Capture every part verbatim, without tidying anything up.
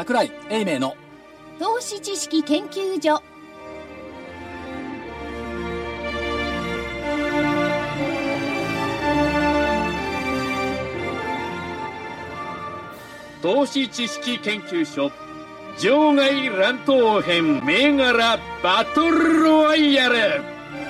櫻井英明の投資知識研究所。 投資知識研究所場外乱闘編銘柄バトルロワイヤル。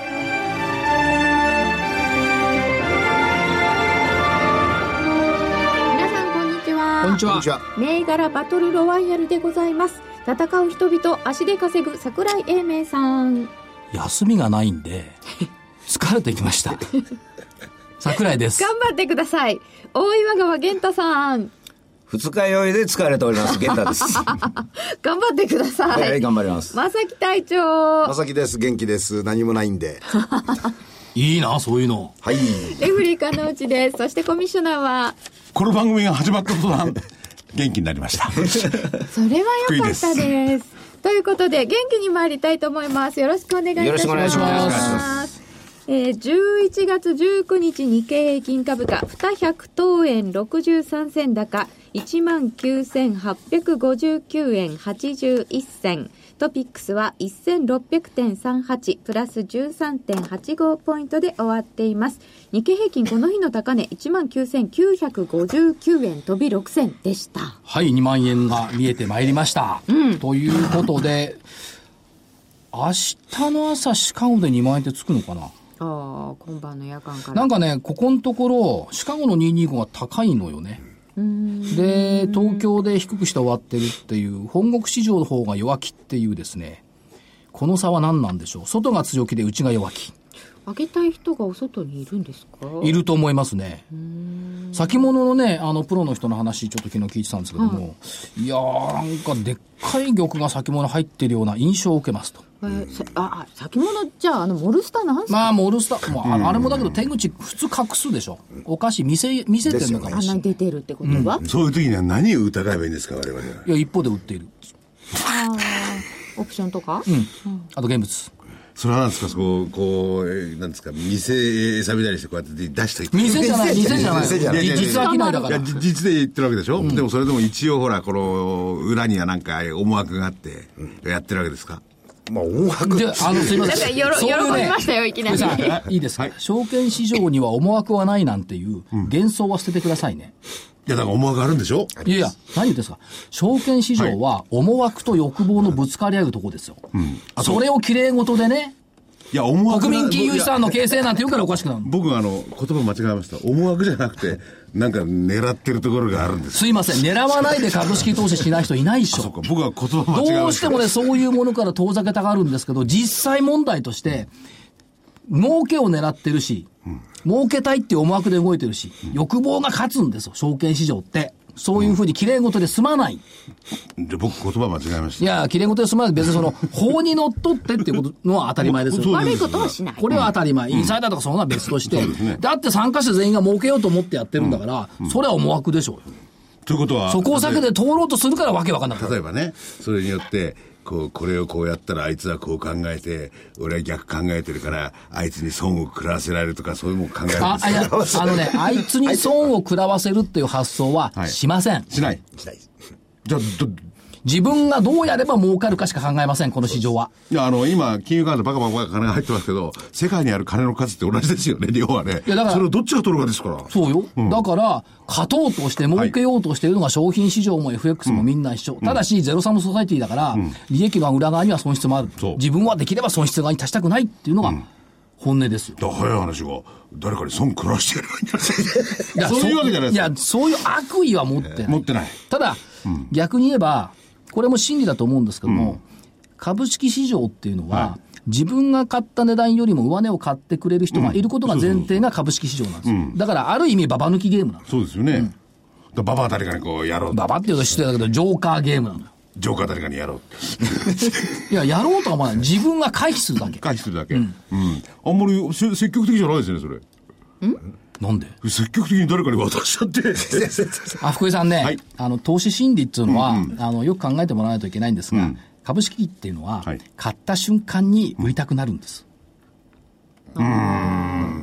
こんにちは。こんにちは。銘柄バトルロワイヤルでございます。戦う人々、足で稼ぐ櫻井英明さん。 休みがないんで疲れてきました櫻井です。 頑張ってください。大岩川源太さん。 二日酔いで疲れております源太です頑張ってください。 はい、はい、頑張ります。 正木隊長。 正木です。元気です。何もないんでいいなそういうの。 はい。 レフリー金内です。そしてコミッショナーはこの番組が始まった途端元気になりましたそれは良かったですということで元気に参りたいと思います。よろしくお願いいたします。 よろしくお願いします。 えー、じゅういちがつじゅうくにち日経平均株価にひゃくとうえんろくじゅうさんせん高 いちまんきゅうせんはっぴゃくごじゅうきゅうえんはちじゅういっせん、トピックスは せんろっぴゃくてんさんはち プラス じゅうさんてんはちご ポイントで終わっています。日経平均この日の高値 いちまんきゅうせんきゅうひゃくごじゅうきゅうえん飛びろくせんでした。 はい、にまんえんが見えてまいりました、うん、ということで明日の朝シカゴでにまんえんってつくのかな。 ああ、今晩の夜間からなんかね、ここのところシカゴのにひゃくにじゅうごが高いのよね。うーんで東京で低くして終わってるっていう本国市場の方が弱気っていうですね、この差は何なんでしょう。外が強気で内が弱気。 上げたい人がお外にいるんですか。 いると思いますね。うーん先物のね、あのプロの人の話ちょっと昨日聞いてたんですけども、うん、いやーなんかでっかい玉が先物入ってるような印象を受けますと。 えー、あ先物じゃあ、あのモルスターなんすか。 まあモルスターもう あ, あれもだけど手口普通隠すでしょ。おかしい見せ見せてるのかもしれない。 あんなに出てるってことは、 うん、そういう時には何を疑えばいいんですか我々は。 いや一方で売っている。 あオプションとか、 うん、うん、あと現物。 それは何ですか。こうこうなんですか、店餌みたいにしてこうやって出しといて。 店じゃない店じゃない店じゃない実は商いだから。 いや実で言ってるわけでしょ、うん、でもそれでも一応ほらこの裏にはなんか思惑があってやってるわけですか。 まあ思惑で、あのすいません。 なんかよろ喜びましたよいきなり。 いいですか、はい、証券市場には思惑はないなんていう幻想は捨ててくださいね。 いやだから思惑あるんでしょ。 いやいや何言ってんですか。証券市場は思惑と欲望のぶつかり合うところですよ、うん、それをきれい事でね。 いや思惑国民金融資産の形成なんて言うからおかしくなる。 僕はあの言葉間違えました。思惑じゃなくてなんか狙ってるところがあるんです。 すいません、狙わないで株式投資しない人いないでしょ。 そうか、僕は言葉間違えました。 どうしてもねそういうものから遠ざけたがるんですけど、実際問題として儲けを狙ってるし、うん、儲けたいっていう思惑で動いてるし、うん、欲望が勝つんですよ証券市場って。そういうふうに綺麗事で済まない、 うん、で僕言葉間違えました。 いや綺麗事で済まない。別にその法にのっとってっていうことのは当たり前ですよ。 悪いことはしない。 これは当たり前、うん、インサイダーとかそんな別として、うんね、だって参加者全員が儲けようと思ってやってるんだから、うんうん、それは思惑でしょうよ。 ということはそこを避けて通ろうとするからわけわかんなくなる。 例えばね、それによってこうこれをこうやったらあいつはこう考えて俺は逆考えてるからあいつに損を食らわせられるとかそういうもの考えるんですか。 あいやあのねあいつに損を食らわせるっていう発想はしません、はい、 しないしない。じゃあど自分がどうやれば儲かるかしか考えませんこの市場は。 いやあの今金融カードバカバカ金が入ってますけど世界にある金の数って同じですよね量はね。いやだからそれをどっちが取るかですから。 そうよ、うん、だから勝とうとして儲けようとしているのが商品市場も エフエックス もみんな一緒、うん、ただしゼロサムソサイティだから、うん、利益の裏側には損失もある。自分はできれば損失側に達したくないっていうのが本音ですよ。 だから早い話が誰かに損食らしてやればいいんじゃないですか。そういうわけじゃないですか。 いやそういう悪意は持ってない、 えー、持ってない。 ただ、うん、逆に言えばこれも真理だと思うんですけども、うん、株式市場っていうのは、はい、自分が買った値段よりも上値を買ってくれる人がいることが前提が株式市場なんですよ、うん、だからある意味ババ抜きゲームなんです。 そうですよね、うん、だババは誰かにこうやろう。 ババっていうと失礼だけどジョーカーゲームなのよ。 ジョーカー誰かにやろういややろうとは思わない。自分が回避するだけ回避するだけ、うんうん、あんまり積極的じゃないですねそれ。 んなんで積極的に誰かに渡しちゃってあ福井さんね、はい、あの投資心理っていうのは、 うんうん、 あのよく考えてもらわないといけないんですが、うん、株式っていうのは、はい、買った瞬間に売りたくなるんです。 うーん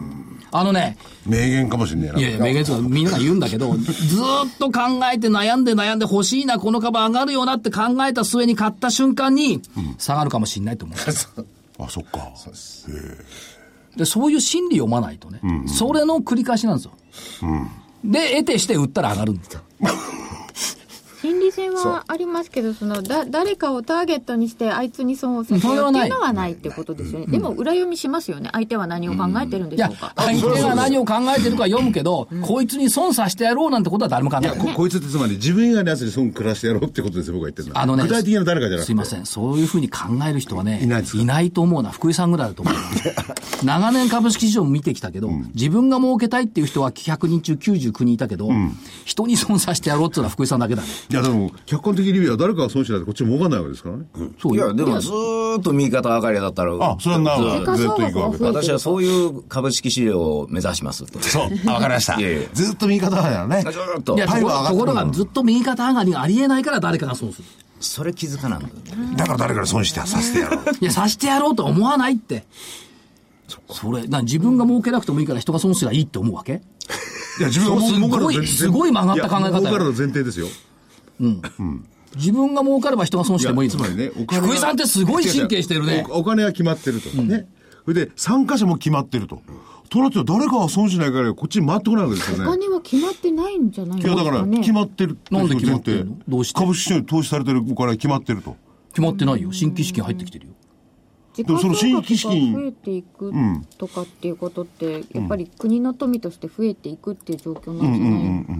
あのね、 名言かもしんねえな。 いやいや、名言とかみんなが言うんだけど、ずーっと考えて悩んで悩んで欲しいな、この株上がるよなって考えた末に買った瞬間に、下がるかもしれないと思う。 あ、そっか。そうです。 で、そういう心理読まないとね、うんうん、それの繰り返しなんですよ。うん、で、得てして売ったら上がるんですよ。 心理戦はありますけど、そのだ誰かをターゲットにしてあいつに損をさせようっていうのはないってことですよね。うん、でも裏読みしますよね。相手は何を考えてるんでしょうか。 うん、いや、相手が何を考えてるか読むけど、うん、こいつに損させてやろうなんてことは誰も考えない。 いや、こ, こいつってつまり自分以外のやつに損食らしてやろうってことですよ、僕が言ってるのは。あのね、具体的な誰かじゃなくて。 すいません。そういうふうに考える人はね、 いないですか？ いないと思うな。福井さんぐらいだと思う。長年株式市場も見てきたけど、うん、自分が儲けたいっていう人はひゃくにん中きゅうじゅうきゅうにんいたけど、うん、人に損させてやろうっていうのは福井さんだけだね。 いや、でも、客観的に見れば誰かが損しないとこっちも儲かんないわけですからね。 うん、そういや、でもずーっと右肩上がりだったら。 あ、それはな、ずっと行くわけ。 私はそういう株式市場を目指しますと。 そう、わかりました。いやいやずっと右肩上がりだね。 ずーっと。 いや、ところところがずっと右肩上がりがありえないから誰かが損する。 それ気づかないんだよ。 だから誰かに損してさせてやろう。 いや、させてやろうとは思わないって。そ, それな自分が儲けなくてもいいから人が損すりゃいいって思うわけ？ いや、自分が儲かるの前提。 すごい曲がった考え方よ。 儲かるの前提ですよ。 うん。うん。自分が儲かれば人が損してもいい。 つまりね、 お金福井さんってすごい神経してるね。 お, お金は決まってると。うん、ね。それで、参加者も決まってると。となって誰かが損しないからこっちに回ってこないわけですよね。 お金は決まってないんじゃないですかね。 いや、だから決まってる。 なんで決まってるの？どうして？ 株式市場に投資されてるお金は決まってると。 決まってないよ。新規資金入ってきてるよ。 時価総額が増えていくとかっていうことって、やっぱり国の富として増えていくっていう状況なんじゃない、うんうんうん、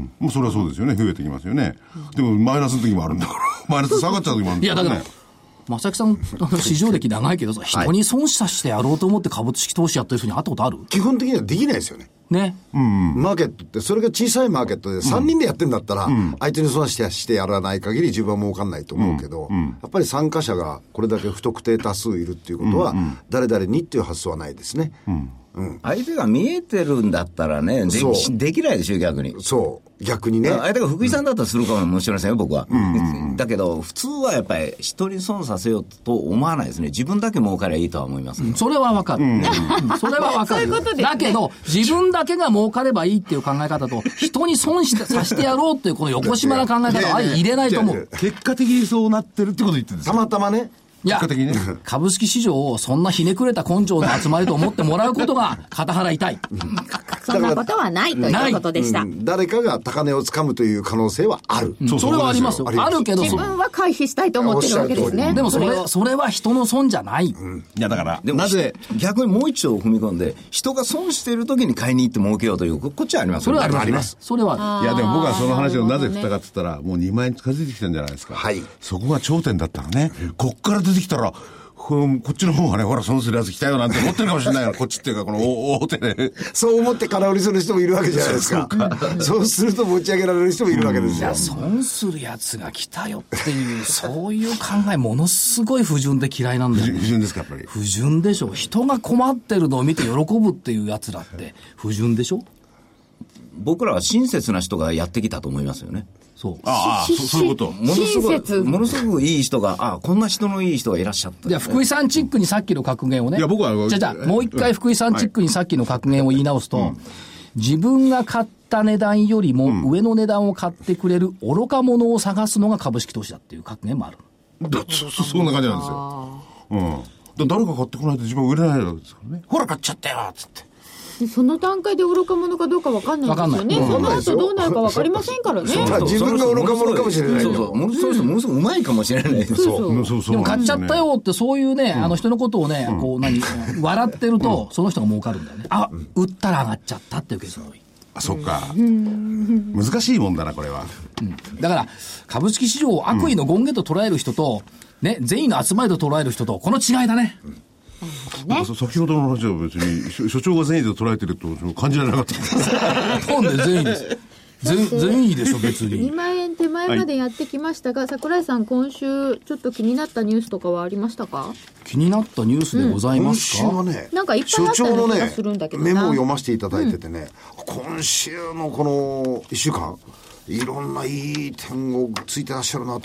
もうそれはそうですよね。増えてきますよね。うん、でもマイナスの時もあるんだからマイナス下がっちゃう時もあるんだから、ね、いやだから正木さん市場歴長いけどさ、人に損させてやろうと思って株式投資やってる人に会ったことある？ 基本的にはできないですよね。 ね、 うん、マーケットってそれが小さいマーケットでさんにんでやってんだったら、うん、相手に損してしてやらない限り自分は儲かんないと思うけど、うんうん、やっぱり参加者がこれだけ不特定多数いるっていうことは、うんうん、誰々にっていう発想はないですね、うんうん、相手が見えてるんだったらね で, できないでしょ逆に。 そう逆にね、 相手が福井さんだったらするかもしれませんよ僕は、うんうんうん、だけど普通はやっぱり人に損させようと思わないですね。自分だけ儲かりゃいいとは思います、うん、 それはわかる、うんうん、それはわかるそういうことですね。だけど自分だけが儲かればいいっていう考え方と人に損してさせてやろうっていうこの横島な考え方は入れないと思う。 結果的にそうなってるってこと言ってるんですよ。 たまたまね。 いや、ね、株式市場をそんなひねくれた根性の集まりと思ってもらうことが肩腹痛い。 そんなことはないということでした。 うん、誰かが高値をつかむという可能性はある。 うん、それはありますよ。あるけど、 自分は回避したいと思ってるわけですね。 でもそれ、それは人の損じゃない。うん、 いやだから、でもなぜ逆にもう一丁踏み込んで、人が損している時に買いに行って儲けようという、こっちはありますよね。 それはあります。それは。 いやでも僕はその話をなぜ振ったかって言ったら、もうにまん円近づいてきたんじゃないですか。はい。そこが頂点だったらね、こっから出てきたら、こっちの方がね、ほら、損するやつ来たよなんて思ってるかもしれないから、こっちっていうか、この大手で。 そう思って空売りする人もいるわけじゃないですか。そうそうすると持ち上げられる人もいるわけですよ。 いや、損するやつが来たよっていう、そういう考え、ものすごい不純で嫌いなんだよ、ね。 不純ですか、やっぱり。 不純でしょ。人が困ってるのを見て喜ぶっていうやつだって、不純でしょ。 僕らは親切な人がやってきたと思いますよね。 そう。 ああ、そ, そういうこと。 ものすごい、ものすごくいい人が、ああ、こんな人のいい人がいらっしゃった、ね。 いや、福井さんチックにさっきの格言をね。 いや、僕は、 じゃあ、じゃあ、もう一回福井さんチックにさっきの格言を言い直すと、うん、自分が買った値段よりも上の値段を買ってくれる愚か者を探すのが株式投資だっていう格言もある。 だそ, そんな感じなんですよ。うん。だ誰か買ってこないと自分は売れないわけですからね。ほら買っちゃったよつって。 その段階で愚か者かどうか分かんないんですよね。その後どうなるか分かりませんからね。 自分が愚か者かもしれない。 そうそう。ものすごい人、ものすごくうまいかもしれない。 そうそうそうそう。 でも買っちゃったよってそういうね、あの人のことをね、こう何、笑ってると、その人が儲かるんだよね。あ、売ったら上がっちゃったっていうケースが多い。 あ、そっか。難しいもんだな、これは。 うん。だから、株式市場を悪意の権限と捉える人と、ね、善意の集まりと捉える人と、この違いだね。 ね、先ほどの話は別に所長が善意で捉えてると感じられなかったなんで善意です善, 善意でしょ別に。 にまん円手前までやってきましたが、はい、櫻井さん今週ちょっと気になったニュースとかはありましたか？ 気になったニュースでございますか？ うん、今週はね、 なんかいっぱいあったような気がするんだけどな。 メモを読ませていただいててね、うん、今週のこのいっしゅうかんいろんないい点をついてらっしゃるなと思って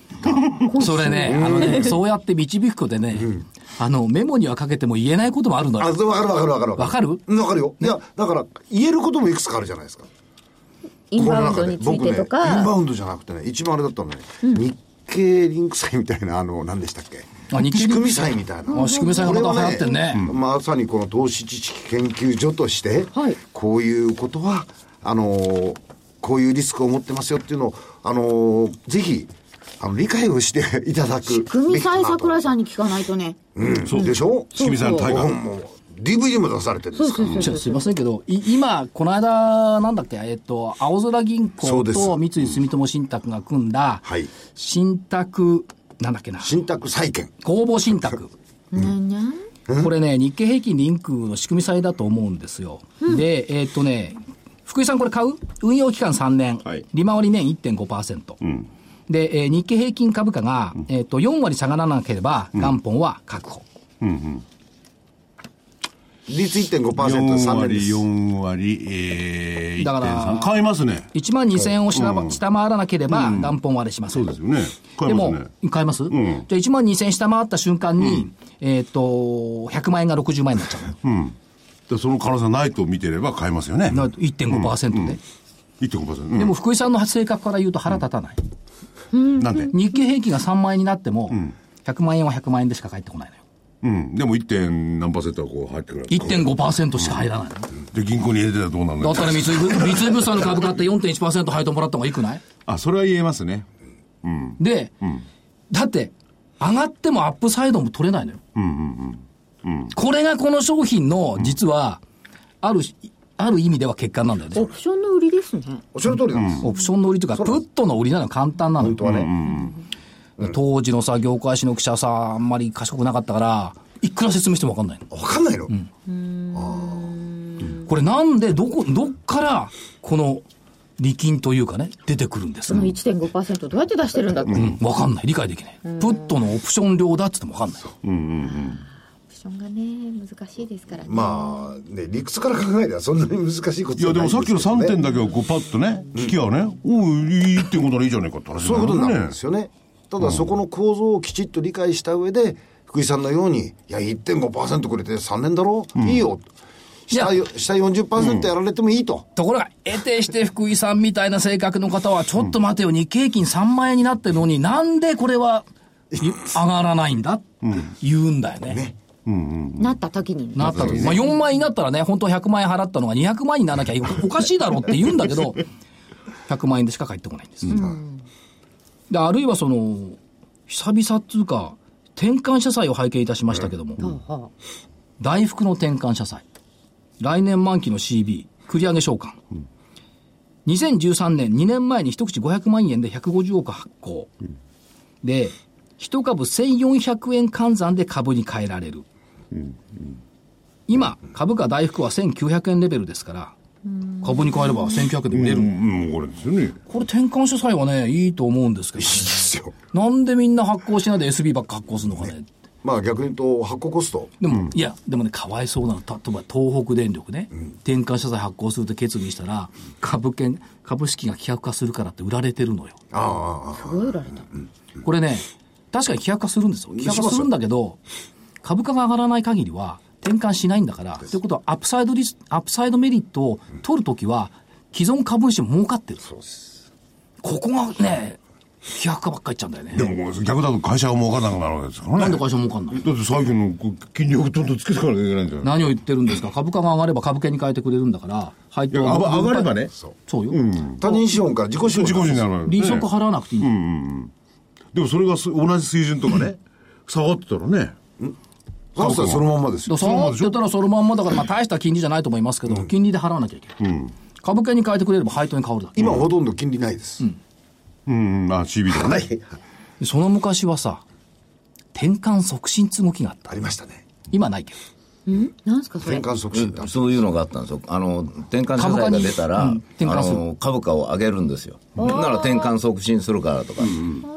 それね、あのね、そうやって導くことでね、うん、あの、メモにはかけても言えないこともあるのよ。 あ、わかるわかるわかる。 わかるわかるよ。いや、だから、言えることもいくつかあるじゃないですか。 インバウンドについてとか。 ね、インバウンドじゃなくてね、一番あれだったのね、うん、日経リンク祭みたいな、あの、何でしたっけ、 あ、日経仕組み祭みたいな。 あ、仕組み祭がまた流行ってるね。 うん、まさにこの投資知識研究所として、はい、こういうことは、あのー、こういうリスクを持ってますよっていうのを、あのー、ぜひ、あの、理解をしていただく。仕組み祭桜井さんに聞かないとね。 うん、そうでしょ、 仕組み祭の大会。 ディーブイディー も出されてるんですから。 すいませんけど、今、この間、なんだっけ、えっと、青空銀行と三井住友信託が組んだ、はい、信託、なんだっけな。 信託債券。 公募信託。 うん、 これね、日経平均リンクの仕組み債だと思うんですよ。うん、で、えっとね、福井さんこれ買う？運用期間さんねん。はい、利回り年 いってんごパーセント。うんで、えー、日経平均株価が、うんえー、とよん割下がらなければ、元本は確保。うんうんうん率 いってんごパーセント でさんねんです。 よん割、えー、 だから、 買いますね。 いちまんにせんえんを下,、うん、下回らなければ、元本割れします、 うん。そうですよね。買いますね。 でも、買います、うん、じゃあいちまんにせんえん下回った瞬間に、うん、えっ、ー、と、ひゃくまん円がろくじゅうまん円になっちゃう。うん。 でその可能性ないと見てれば買いますよね。 いってんごパーセント で。うんうん、 いってんごパーセント、うん。 でも、福井さんの性格から言うと腹立たない。 うん、なんで日経平均がさんまん円になっても、うん、ひゃくまん円はひゃくまん円でしか返ってこないのよ。 うん。でも いってん 何パーセントはこう入ってくる。 いってんごパーセント しか入らないの。 で、銀行に入れてたらどうなんだだったら三井、三井物産の株買って よんてんいちパーセント 配当もらった方がいいくない？ あ、それは言えますね。 うん。で、うん、だって、上がってもアップサイドも取れないのよ。うんうんうん。うん、これがこの商品の、実は、ある、ある意味では欠陥なんだよね。 オプションの売りですね。 おっしゃる通りなんです。 オプションの売りというか、プットの売りなのは簡単なのよ。 本当はね。 うんうん、当時のさ、業界誌の記者さ、あんまり賢くなかったから、いくら説明しても分かんないの。 分かんないの、うん、 あこれなんで、どこ、どっから、この、利金というかね、出てくるんですか。 その いってんごパーセント どうやって出してるんだって。うん、 分かんない。理解できない。プットのオプション料だって言っても分かんない。うんうんうん。 オプションがね、難しいですからね。 まあ、ね、理屈から考えればそんなに難しいことじゃないですけど、ね。いや、 でもさっきのさんてんだけをこうパッとね、引きはね、おう、いいってことならいいじゃないかって話そういうことになるんですよね。ただそこの構造をきちっと理解した上で、福井さんのように、いや、いってんごパーセント くれてさんねんだろ、うん、いいよ。下、下 よんじゅっパーセント やられてもいいと。うん、 ところが、得てして福井さんみたいな性格の方は、ちょっと待てよ、日経平均さんまん円になってるのに、なんでこれは上がらないんだって言うんだよね。ねうんうん、なった時に、ね、 なった時に。まあよんまん円になったらね、本当はひゃくまん円払ったのがにひゃくまん円にならなきゃおかしいだろうって言うんだけど、ひゃくまん円でしか返ってこないんです。うん、で、あるいはその、久々っていうか、転換社債を拝見いたしましたけども、うん、大福の転換社債。来年満期の シービー、繰り上げ償還。うん、にせんじゅうさんねん、にねんまえに一口ごひゃくまん円でひゃくごじゅうおく発行。うん、で、一株せんよんひゃくえん換算で株に変えられる。うんうん、今、株価大福はせんきゅうひゃくえんレベルですから、株に変えればせんきゅうひゃくえんで売れる。 うんうん、これですよね。 これ転換社債はね、いいと思うんですけど、ね。いいですよ。なんでみんな発行しないで エスビー ばっか発行するのかね。 まあ逆に言うと発行コスト。 でも、うん、いや、でもね、かわいそうなの。例えば東北電力ね、うん、転換社債発行すると決議したら、株券、株式が希薄化するからって売られてるのよ。 ああ。 すごい売られた。 うん、これね、確かに希薄化するんですよ。希薄化するんだけど、株価が上がらない限りは、転換しないんだから、ということはアップサイドリス、アップサイドメリットを取るときは、既存株主も儲かってる。そうです。ここがね、希薄化ばっかりいっちゃうんだよね。 でも逆だと会社が儲かんなくなるわけですからね。 なんで会社儲かんない？ だって最近の金利をどんどんつけていかなきゃいけないんだよ。 何を言ってるんですか。株価が上がれば株券に変えてくれるんだから、 配当が上がればね。 そう。 そうよ。 うん、他人資本から自己資本。 自己資本になるわけ利息払わなくていい。うんうんうん。 でもそれが同じ水準とかね、下がってたらね。 ん下がってたらそのまんまですよ。 下がってたらそのまんまだから、まあ大した金利じゃないと思いますけど、うん、金利で払わなきゃいけない。うん、株券に変えてくれれば配当に変わるだけ。 今ほとんど金利ないです。うんうん、あ、シービー とかね。はい。 その昔はさ、転換促進って動きがあった。 ありましたね。 今ないけど。んなんすかそれ。 転換促進って、 うん、そういうのがあったんですよ。あの、転換社債が出たら、うん、あの、株価を上げるんですよ。なら転換促進するからとか。うん、 あ、なるほど。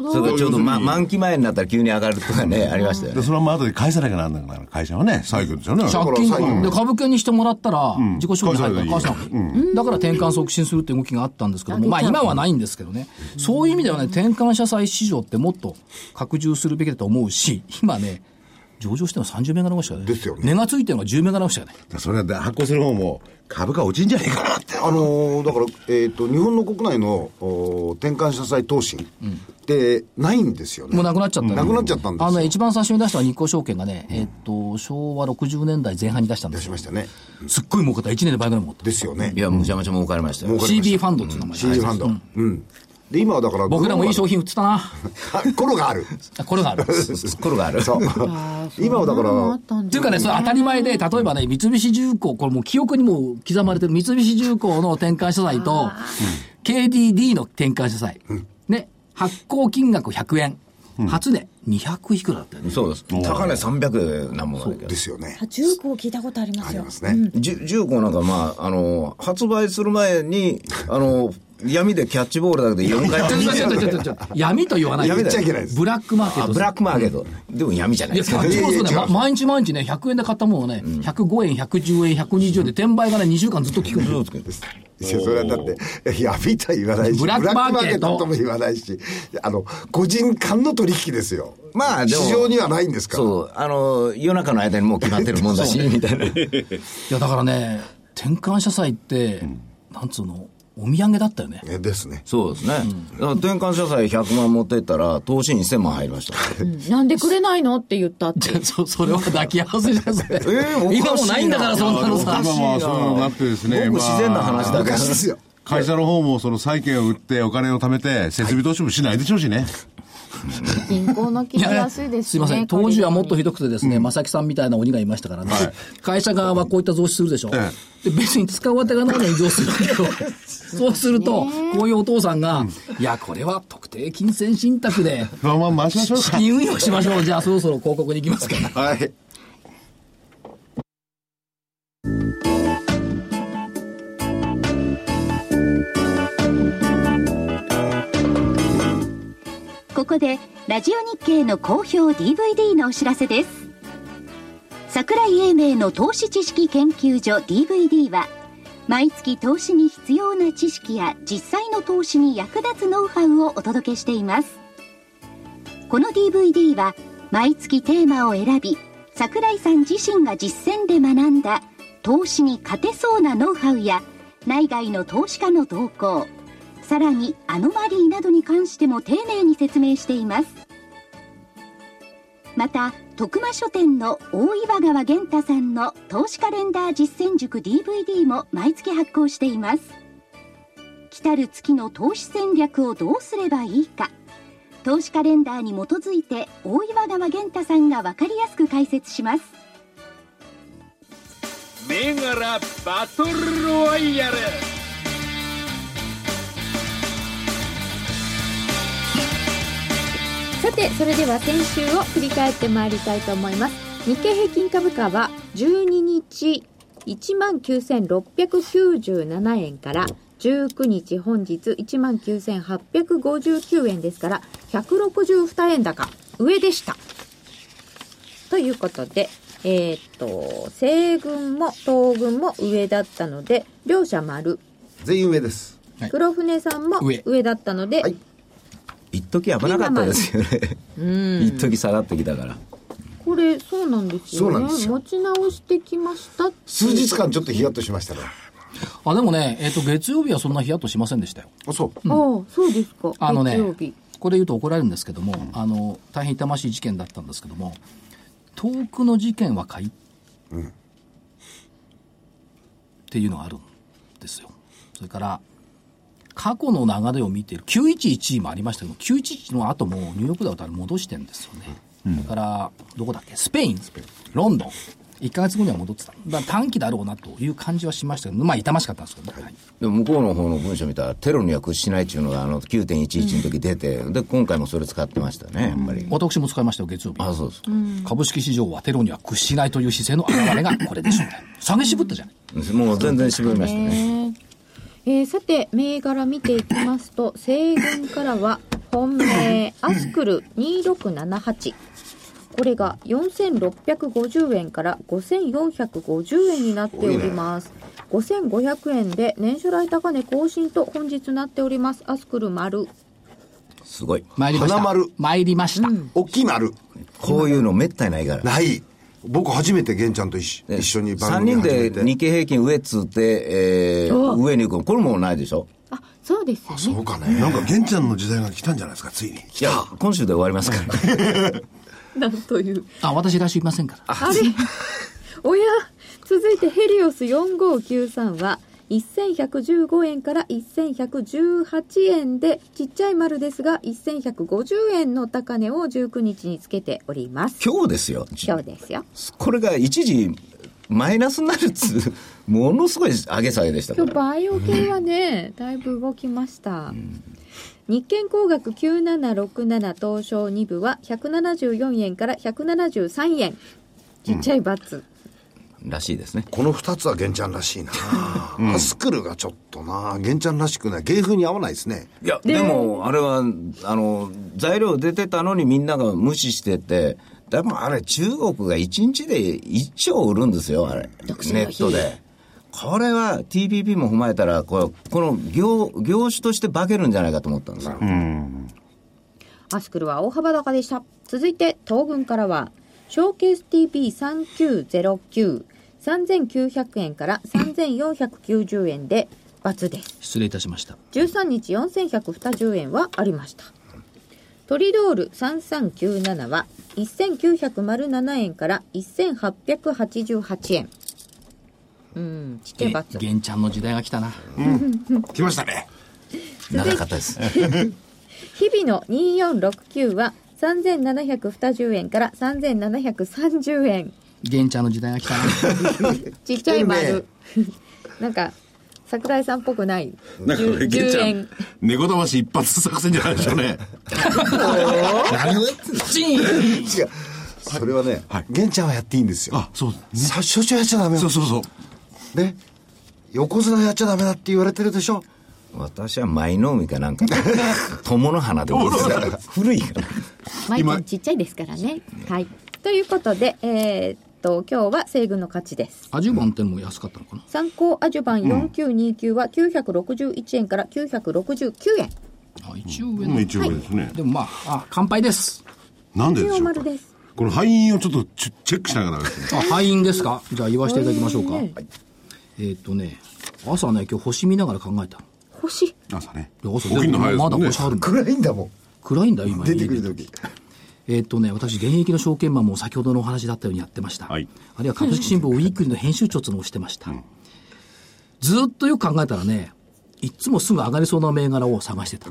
それからちょうど、ま、満期前になったら急に上がるとかね、ありましたよね。 でそれはまあ後で返さなきゃなんないから会社はね、債券ですよね。 借金で株券にしてもらったら、自己消費に入るから返さなくていい。だから転換促進するって動きがあったんですけども、まあ今はないんですけどね。そういう意味ではね、転換社債市場ってもっと拡充するべきだと思うし、今ね、上場してもさんじゅう銘柄ぐらいしかない。 ですよね。 値がついてるのがじゅう銘柄ぐらいしかない。 それで発行する方も株価落ちんじゃないかなって。 あのー、だから、えっ、ー、と、日本の国内の転換社債投資ってないんですよね。 もうなくなっちゃった、ね。 なくなっちゃったんですよ。 あの、一番最初に出した日興証券がね、うん、えっ、ー、と、昭和ろくじゅうねんだいぜん半に出したんですよ。 出しましたね。 すっごい儲かった。いちねんで倍ぐらい儲かった。 ですよね。 いや、むちゃむちゃ儲かりましたよ。 シービー ファンドっていう名前、 うん、シービー ファンド。うん。うんで、今はだから、 僕らもいい商品売ってたな。 コロがある。 コロがある。 コロがある。 そう。今はだから、 っていうかね、それ当たり前で、例えばね、三菱重工、これもう記憶にも刻まれてる三菱重工の転換社債と、ケーディーディー の転換社債。ね、発行金額ひゃくえん。初値にひゃくいくらだったよね。 そうです。高値さんびゃくなんもんだけど。 ですよね。 重工聞いたことありますよ。 ありますね。 重工なんかまあ、あの、発売する前に、あの、闇でキャッチボールだけでよんかい闇と言わない。 闇言っちゃいけないです。 ブラックマーケット。 ブラックマーケット。でも闇じゃないですか。 いや、キャッチボールね、ま、毎日毎日ね、ひゃくえんで買ったものをね、うん、ひゃくごえん、ひゃくじゅうえん、ひゃくにじゅうえんで転売がね、にしゅうかんずっと効くんです。 いや、それはだって、闇とは言わないし、 ブラックマーケットとも言わないし、あの、個人間の取引ですよ。 まあ、でも。 市場にはないんですから。 そう、あの、夜中の間にもう決まってるもんだし、みたいな。いや、だからね、転換社債って、うん、なんつうの、お土産だったよね。 ですね。 そうですね。うん、転換社債ひゃくまん持っていったら、投資にせんまん入りました。 うん、なんでくれないのって言ったって。 そ, それは抱き合わせじゃないですか。えー、今もないんだから、そんなのさ。 今はそういうのになってですね。 ごく自然な話だから。 ですよ。 会社の方もその債券を売ってお金を貯めて、設備投資もしないでしょうしね。 銀行の決めやすいですね。 すいません。当時はもっとひどくてですね、うん、正木さんみたいな鬼がいましたからね。はい、会社側はこういった増資するでしょ。ええ、で別に使う当てがないのに増資するけど、そうすると、こういうお父さんが、うん、いや、これは特定金銭信託で、 まあまあ回しましょうか。 資金運用しましょう。じゃあそろそろ広告に行きますから。 はい。 ここでラジオ日経の好評 ディーブイディー のお知らせです。桜井英明の投資知識研究所 ディーブイディー は毎月投資に必要な知識や実際の投資に役立つノウハウをお届けしています。この ディーブイディー は毎月テーマを選び、桜井さん自身が実践で学んだ投資に勝てそうなノウハウや内外の投資家の動向、さらにアノマリーなどに関しても丁寧に説明しています。また徳間書店の大岩川源太さんの投資カレンダー実践塾 ディーブイディー も毎月発行しています。来たる月の投資戦略をどうすればいいか、投資カレンダーに基づいて大岩川源太さんが分かりやすく解説します。 銘柄バトルロワイヤル。 さて、それでは先週を振り返ってまいりたいと思います。日経平均株価はじゅうににち いちまんきゅうせんろっぴゃくきゅうじゅうななえんからじゅうくにち本日 いちまんきゅうせんはっぴゃくごじゅうきゅうえんですからひゃくろくじゅうにえん高上でした。ということで、えー、っと西軍も東軍も上だったので両者丸。 全員上です。 黒船さんも上だったので、はい、 一時危なかったですよね。一時下がってきたから。 これそうなんですよね。そうなんですよ。持ち直してきましたって。 数日間ちょっとヒヤッとしましたね。 あ、でもね、えっと月曜日はそんなヒヤッとしませんでしたよ。 あ、そう。 うん、ああ、そうですか。 あのね、 月曜日。 これ言うと怒られるんですけども、あの大変痛ましい事件だったんですけども、遠くの事件は買い、うん、っていうのがあるんですよ。それから過去の流れを見ているきゅういちいちもありましたけど、きゅういちいちの後もニューヨークダウは戻してるんですよね。うん、だからどこだっけ、スペイン、ロンドン、いっかげつごには戻ってた。だから短期だろうなという感じはしましたけど、まあ痛ましかったんですけどね。はい、 でも向こうの方の文章見たらテロには屈しないっていうのがあの きゅうてんいちいち の時出て、うん、で今回もそれ使ってましたね。やっぱり私も使いましたよ、月曜日。 あ、そうです、 うん、株式市場はテロには屈しないという姿勢の表れがこれでしょうね。下げ渋ったじゃない。 もう全然渋りましたね。 えー、さて銘柄見ていきますと西軍からは本命アスクルにろくななはち、これがよんせんろっぴゃくごじゅうえんからごせんよんひゃくごじゅうえんになっております。ごせんごひゃくえんで年初来高値更新と本日なっております。アスクル丸、 すごい。 参りました。 花丸。 参りました。うん、 大きい丸。 こういうのめったにないから。 ない。僕初めて玄ちゃんと一緒一緒に番組さんにんで日経平均上っつって、えー、上に行くのこれもないでしょ。 あ、そうですよね。 そうかね。 なんか玄ちゃんの時代が来たんじゃないですか、ついに。いや、今週で終わりますからなんという。 あ、私来週いませんから。 あれおや、続いてヘリオスよんごきゅうさんはせんひゃくじゅうごえんからせんひゃくじゅうはちえんで、ちっちゃい丸ですがせんひゃくごじゅうえんの高値をじゅうくにちにつけております。 今日ですよ。 今日ですよ。 これが一時マイナスになるっつものすごい上げ下げでしたから。 今日バイオ系はねだいぶ動きました、うん、日経工学きゅうななろくなな東証に部はひゃくななじゅうよんえんからひゃくななじゅうさんえん、ちっちゃいバツ、 うん、らしいですね。 このふたつは玄ちゃんらしいな、うん、アスクルがちょっとな玄ちゃんらしくない、芸風に合わないですね。 いや で, でもあれはあの材料出てたのにみんなが無視してて、でもあれ中国がいちにちでいっちょう売るんですよ、あれネットで。これは ティーピーピー も踏まえたらこ, この 業, 業種として化けるんじゃないかと思ったんですよ。うん、 アスクルは大幅高でした。続いて東軍からはショーケース ティーピーさんきゅうゼロきゅう、さんぜんきゅうひゃくえんからさんぜんよんひゃくきゅうじゅうえんで×です。 失礼いたしました。 じゅうさんにちよんせんひゃくにじゅうえんはありました。トリドールさんさんきゅうななはせんきゅうひゃくななえんからせんはっぴゃくはちじゅうはちえん。うん、ちっちゃいバツ。 玄ちゃんの時代が来たな、 うん、来ましたね。 長かったです日々のにーよんろくきゅうはさんぜんななひゃくにじゅうえんからさんぜんななひゃくさんじゅうえん。 玄ちゃんの時代が来たなちっちゃい丸なんか桜井さんっぽくない。 なんかこれ玄ちゃん猫だまし一発作戦じゃないでしょうね何をやってんの違う、それはね、はい、玄ちゃんはやっていいんですよ。 あ、そうですね。 所長やっちゃダメよ。 そうそうそうね、横綱やっちゃダメだって言われてるでしょ。 私は舞の海かなんか友の花でも古いから舞ちゃんちっちゃいですからね。はい、ということでえー、っと今日は西軍の勝ちです。 アジュバンってのも安かったのかな。 参考アジュバンよんきゅうにきゅうはきゅうひゃくろくじゅういちえんからきゅうひゃくろくじゅうきゅうえん。 あ、一応上の、 うん、一応上ですね、はい、 でもまあ、あ、乾杯です。 なんででしょうか。この敗因をちょっとチェックしながらですね。 あ、敗因ですか。じゃあ言わせていただきましょうか、はい、えー、っとね朝ね今日星見ながら考えた。 星朝ね。 朝起きるの早いですね。まだ星あるんだ。 暗いんだもん。 暗いんだ今出てくる時。 えー、っとね私現役の証券マンも先ほどのお話だったようにやってました、はい、あるいは株式新聞ウィークリーの編集長っていうのをしてました、うん、ずっとよく考えたらねいつもすぐ上がりそうな銘柄を探してた、うん、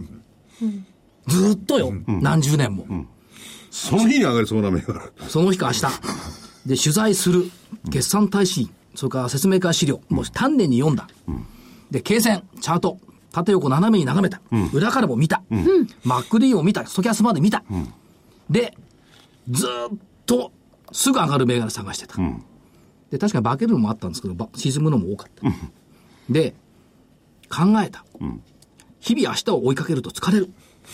ずっとよ、うん、何十年も、うん、 その日に上がりそうな銘柄その日か明日で取材する決算対資、それから説明会資料もう丹念に読んだ、うん、で経線チャート縦横斜めに眺めた、うん、裏からも見た、うん、マックディーンを見た、ストキャスまで見た、うん、でずっとすぐ上がる銘柄探してた、うん、で確かに化けるのもあったんですけど沈むのも多かった、うん、で考えた、うん、日々明日を追いかけると疲れる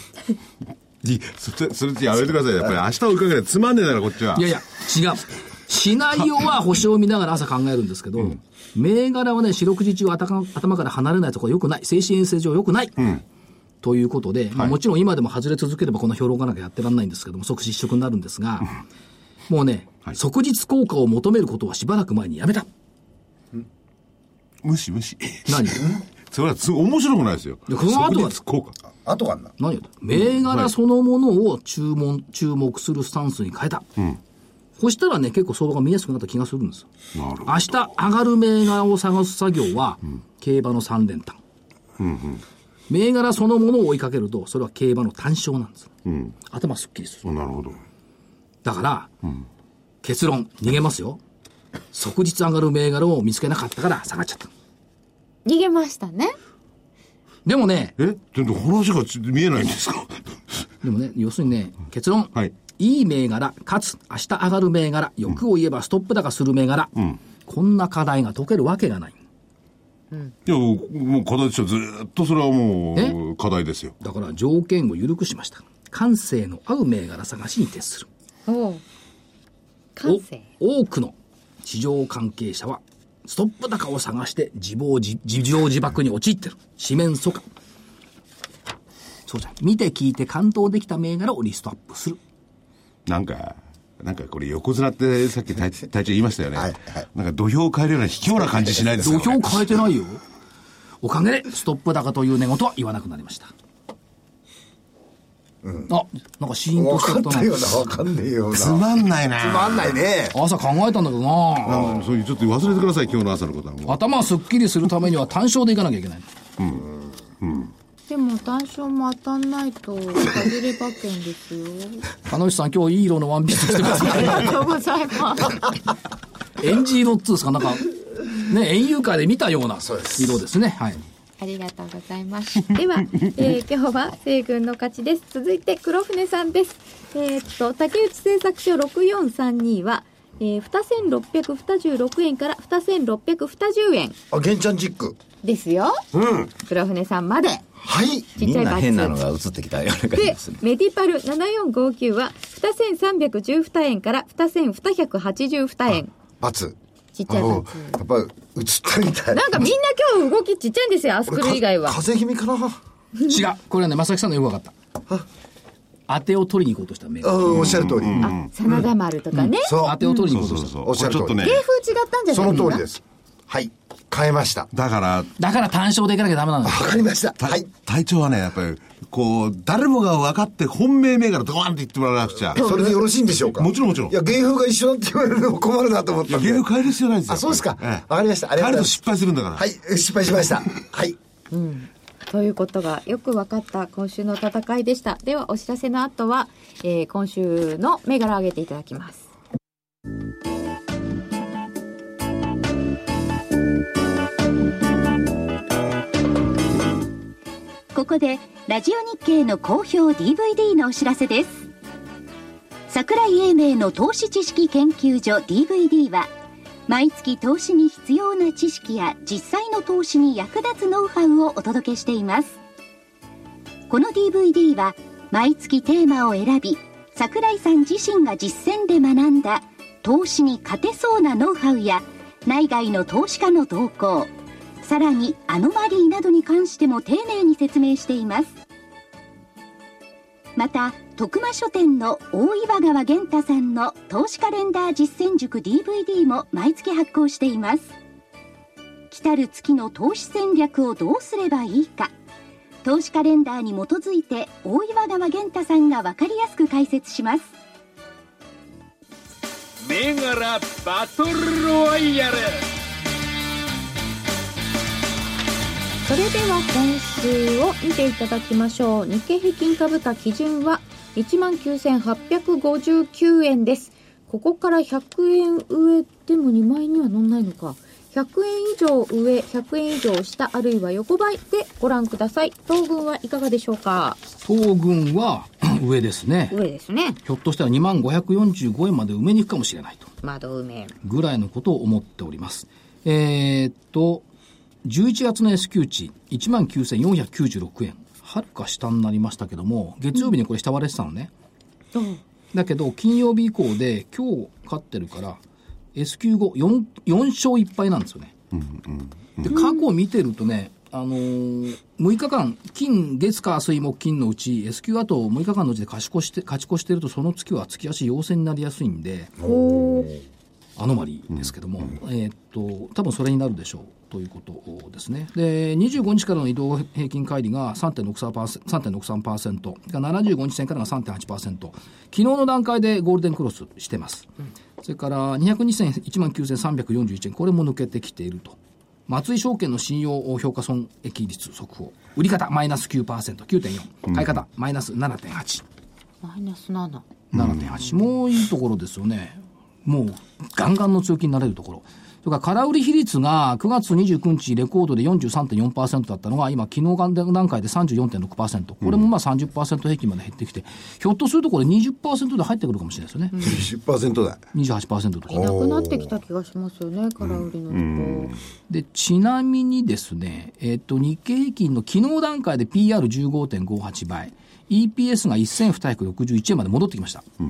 それそれってやめてください。やっぱり明日を追いかけるつまんねえだろこっちは。 いやいや違うシナリオは星を見ながら朝考えるんですけど、うん、銘柄はね四六時中 頭, 頭から離れないところ良くない、精神衛生上良くない、うん、ということで、まあ、もちろん今でも外れ続ければこの評論家なんかやってらんないんですけども即失職になるんですが、うん、もうね、はい、即日効果を求めることはしばらく前にやめた。 無視無視何それは面白くないですよ。 でこの後は効果後があんな何や銘柄そのものを注文、はい、注目するスタンスに変えた、うん、そしたらね結構相場が見やすくなった気がするんですよ。なるほど。明日上がる銘柄を探す作業は、うん、競馬の三連単、うんうん、銘柄そのものを追いかけるとそれは競馬の単勝なんです、うん、頭すっきりする。 なるほど。 だから、うん、結論逃げますよ即日上がる銘柄を見つけなかったから下がっちゃった。 逃げましたね。 でもねえちょっと話が見えないんですかでもね要するにね結論、はい、いい銘柄かつ明日上がる銘柄、欲を言えばストップ高する銘柄、うん、こんな課題が解けるわけがない。 うん、いやもう課題でしょ。ずっとそれはもう課題ですよ。 だから条件を緩くしました。感性の合う銘柄探しに徹する。 お感性。 多くの市場関係者はストップ高を探して自暴自自情自爆に陥ってる。四面楚歌。そうじゃん。見て聞いて感動できた銘柄をリストアップする。 なんかなんかこれ横綱ってさっき隊長言いましたよね。はいはい、なんか土俵を変えるような卑怯な感じしないですか。 土俵変えてないよ。おかげでストップ高という寝言は言わなくなりました。うん、あ、なんかシーンとしちゃったな。 分かんないよな、分かんねえよな。 つまんないな。 つまんないね。 朝考えたんだけどな。 うん、そういうちょっと忘れてください、今日の朝のことはもう。 頭すっきりするためには単勝でいかなきゃいけない。うん。 うん。でも単勝も当たんないと外れ馬券ですよ。 鹿内さん今日いい色のワンピース着てますね。 ありがとうございます。 エンジ色っつうですか、なんかね、園遊会で見たような色ですね。はい。 ありがとうございます。では、えー、今日は西軍の勝ちです。続いて黒船さんです。えー、っと竹内製作所ろくよんさんには、えー、にせんろっぴゃくにじゅうろくえんからにせんろっぴゃくにじゅうえん。 あ、玄ちゃんチックですよ。うん。黒船さんまで。 はい。 ちっちゃいバツ。みんな変なのが映ってきたような感じですね。 で、メディパルななよんごきゅうはにせんさんびゃくじゅうにえんからにせんにひゃくはちじゅうにえん。 バツ。 ちっちゃいバツ。 やっぱ映ったみたい。 なんかみんな今日動きちっちゃいんですよ、アスクル以外は。 風邪気味かな。 違う。これはね、正木さんのよく分かった。当てを取りに行こうとした銘柄。 おっしゃる通り。 あ、真田丸とかね。 そう。 当てを取りに行こうとした。 おっしゃる通り。 芸風違ったんじゃないですか。 その通りです。はい。変えました。 だから、 だから単勝でいかなきゃダメなんですよ。 わかりました。 はい。隊長はね、やっぱり、こう、誰もが分かって本命銘柄ドーンって言ってもらわなくちゃ。 それでよろしいんでしょうか。 もちろんもちろん。 いや、芸風が一緒だって言われるのも困るなと思ったんで。 芸風変える必要ないですよ。 あ、そうですか。わ、ええ、かりました。ありがとうございます。変えると失敗するんだから。 はい、失敗しました。はい。 うん。ということがよく分かった今週の戦いでした。ではお知らせの後は、えー、今週の銘柄を上げていただきます。 ここでラジオ日経の好評 ディーブイディー のお知らせです。桜井英明の投資知識研究所 ディーブイディー は毎月投資に必要な知識や実際の投資に役立つノウハウをお届けしています。この ディーブイディー は毎月テーマを選び、桜井さん自身が実践で学んだ投資に勝てそうなノウハウや内外の投資家の動向、さらにアノマリーなどに関しても丁寧に説明しています。また徳間書店の大岩川源太さんの投資カレンダー実践塾 ディーブイディー も毎月発行しています。来たる月の投資戦略をどうすればいいか、投資カレンダーに基づいて大岩川源太さんが分かりやすく解説します。 銘柄バトルロワイヤル。 それでは今週を見ていただきましょう。日経平均株価基準はいちまんきゅうせんはっぴゃくごじゅうきゅうえんです。ここからひゃくえん上でもにまいには乗んないのか。ひゃくえん以上上、ひゃくえん以上下、あるいは横ばいでご覧ください。東軍はいかがでしょうか。 東軍は上ですね。 上ですね。 ひょっとしたらにまんごひゃくよんじゅうごえんまで埋めに行くかもしれないと。 窓埋め。 ぐらいのことを思っております。えー、っと、じゅういちがつの S q 値 いちまんきゅうせんよんひゃくきゅうじゅうろくえん。はるか下になりましたけども、月曜日にこれ下割れてたのね。うん、だけど、金曜日以降で今日勝ってるから、S q 後 4, 4勝いっぱいなんですよね。うんうんうん、で過去を見てるとね、あのー、むいかかん、金、月、火、水、木、金のうち S q あとむいかかんのうちで勝ち越して、勝ち越してるとその月は月足陽線になりやすいんで、アノマリーですけども、うん、えー、っと、多分それになるでしょうということですね。で、にじゅうごにちからの移動平均乖離が さんてんろくさんパーセント、さんてんろくさんパーセント、ななじゅうごにち線からが さんてんはちパーセント、昨日の段階でゴールデンクロスしてます。うん、それからにひゃくにち線 いちまんきゅうせんさんびゃくよんじゅういちえん、これも抜けてきていると。松井証券の信用評価損益率速報。売り方マイナス きゅうパーセント、きゅうてんよん。買い方マイナス ななてんはち。 マイナスなな。 ななてんはち。もういいところですよね。もうガンガンの強気になれるところ。 それから空売り比率がくがつにじゅうくにちレコードで よんじゅうさんてんよんパーセント だったのが今昨日段階で さんじゅうよんてんろくパーセント、これもまあ さんじゅっパーセント 平均まで減ってきて、ひょっとするとこれ にじゅっパーセント で入ってくるかもしれないですよね。 にじゅっパーセント 台にじゅうはちパーセント とかいなくなってきた気がしますよね、空売りのとこ、うん、 でちなみにですね、えっと日経平均の昨日段階で ピーアールじゅうごてんごはち 倍、イーピーエス がせんにひゃくろくじゅういちえんまで戻ってきました、うん、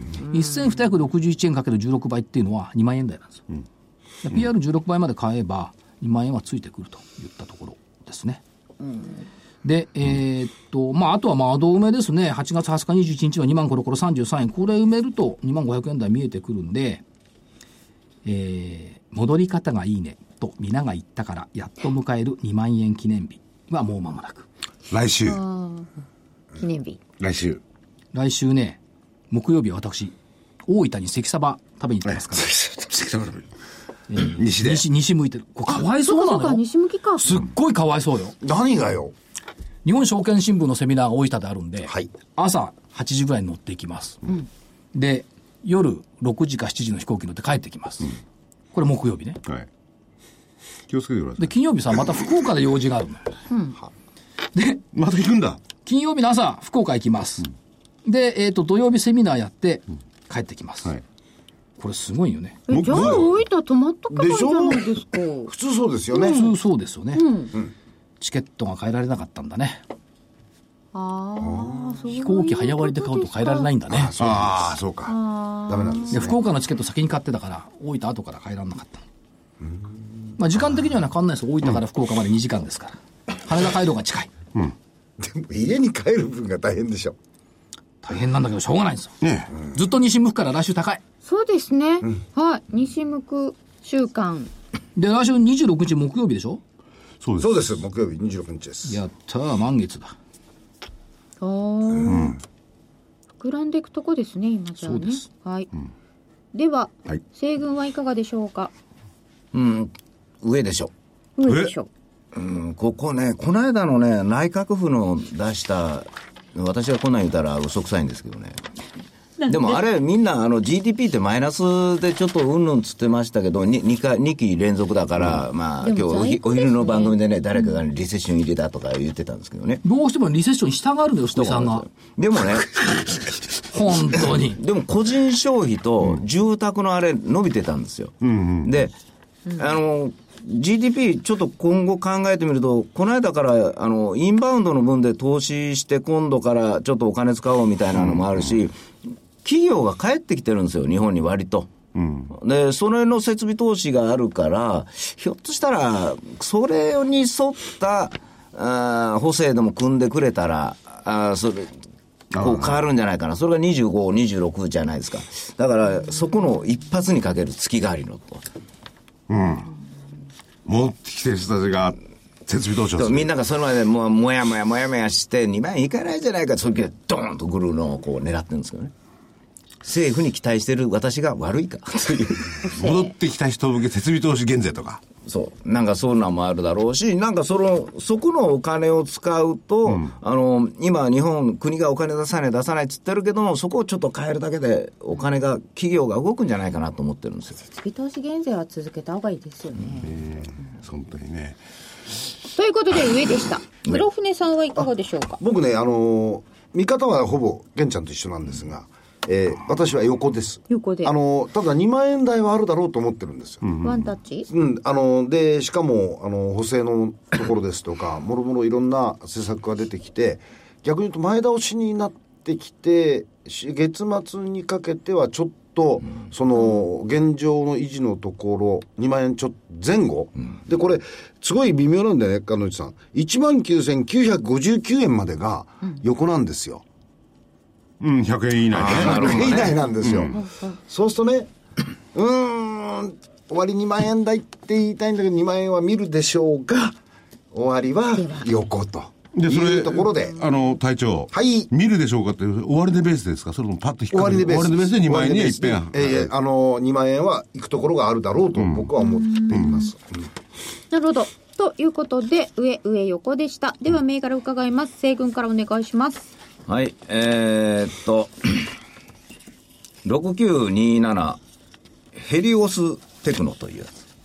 せんにひゃくろくじゅういちえんかけるじゅうろくばいっていうのはにまんえん台なんですよ、うん、ピーアールじゅうろく 倍まで買えばにまんえんはついてくるといったところですね、うん、で、えー、っとまああとは窓埋めですね。はちがつはつかにじゅういちにちはにまんコロコロさんじゅうさんえん、これ埋めるとにまんごひゃくえん台見えてくるんで、えー、戻り方がいいねと皆が言ったからやっと迎えるにまんえん記念日はもう間もなく来週記念日来週来週ね、木曜日は私大分に関サバ食べに行ってますから関サバ食べる、 えー、西で 西, 西向いてる。これかわいそうなのよ。 西向きか。 すっごいかわいそうよ。 何がよ。 日本証券新聞のセミナーが大分であるんで、 はい、 朝はちじぐらいに乗っていきます、うん、で夜ろくじかしちじの飛行機乗って帰ってきます、うん、これ木曜日ね、はい、 気をつけてください。 で金曜日さまた福岡で用事があるの、うん、 でまた行くんだ。 金曜日の朝福岡行きます、うん、で、えーと、土曜日セミナーやって帰ってきます、うん、はい、これすごいよね。 えじゃあ大分泊まっとかないじゃないですか。 普通そうですよね、 うん、普通そうですよね、うんうん、チケットが変えられなかったんだね。 ああ、 飛行機早割りで買うと変えられないんだね。 ああ、そうか。ダメなんですね。 で福岡のチケット先に買ってたから大分後から変えられなかった。うん、まあ時間的には変わんないですよ。大分から福岡までにじかんですから、うん、羽田街道が近い、うん、 でも家に帰る分が大変でしょ。 大変なんだけどしょうがないんですよ、ね、うん、ずっと西向くから来週高い。 そうですね、うん、はい、西向く週間で来週にじゅうろくにち木曜日でしょ。 そうです、そうです、木曜日にじゅうろくにちです。 やったー、満月だ。 あ、うん、膨らんでいくとこですね今じゃあね。そうです、はい、うん、では、はい、西軍はいかがでしょうか。 うん、上でしょ。 上でしょ。 うん、ここね、この間のね内閣府の出した、私がこんなん言うたら嘘くさいんですけどね、でもあれみんなあの ジーディーピー ってマイナスでちょっとうんぬんつってましたけど 2, 2, 回にき連続だから、うん、まあ今日 お, ひお昼の番組でね誰かがリセッション入れたとか言ってたんですけどね、 どうしてもリセッションに従うんだよ下さんが。 でもね本当にでも個人消費と住宅のあれ伸びてたんですよ、うんうん、で、うん、あのジーディーピー ちょっと今後考えてみると、この間からあのインバウンドの分で投資して今度からちょっとお金使おうみたいなのもあるし、うん、企業が帰ってきてるんですよ日本に割と、うん、でそれの設備投資があるからひょっとしたらそれに沿ったあ補正でも組んでくれたらあそれこう変わるんじゃないかな。それがにじゅうご、にじゅうろくじゃないですか。だからそこの一発にかける月替わりのと、 うん、持ってきてる人たちが設備投資をする。 みんながそれまでもうもやもやもやもやしてにまん円いかないじゃないか、その時はドーンとグルーのをこう狙ってるんですけどね。政府に期待してる私が悪いかという戻ってきた人向け設備投資減税とか、 そうなんかそういうのもあるだろうし、なんかそのそこのお金を使うと、うん、あの今日本国がお金出さない出さないっつってるけども、そこをちょっと変えるだけでお金が企業が動くんじゃないかなと思ってるんですよ。 設備投資減税は続けた方がいいですよね、 えー、本当にね。 ということで上でした黒船さんはいかがでしょうか。 僕ね、あの見方はほぼ玄ちゃんと一緒なんですが、えー、私は横です。 横で。 あの、ただにまん円台はあるだろうと思ってるんですよ。 うんうん、ワンタッチ、 うん。あの、で、しかも、あの、補正のところですとか、もろもろいろんな施策が出てきて、逆に言うと前倒しになってきて、月末にかけてはちょっと、うん、その、現状の維持のところ、にまん円ちょっと前後、うん、で、これ、すごい微妙なんだよね、鹿野内さん。いちまんきゅうせんきゅうひゃくごじゅうきゅうえんまでが横なんですよ。 うん、ひゃくえん以内ね。 ひゃくえん以内なんですよ、うん、そうするとね、うーん終わりにまん円台って言いたいんだけどにまん円は見るでしょうが、終わりは横とでそれいうところで、 あの隊長、 はい、 見るでしょうかって終値ベースですか、それともパッと引っかける。終値ベースでにまん円には一遍、 えー、あのにまん円は行くところがあるだろうと僕は思っています、うんうんうん、 なるほど。ということで上上横でした。では銘柄伺います。西軍からお願いします。 はい、えー、っとろくきゅうにななヘリオステクノというやつ、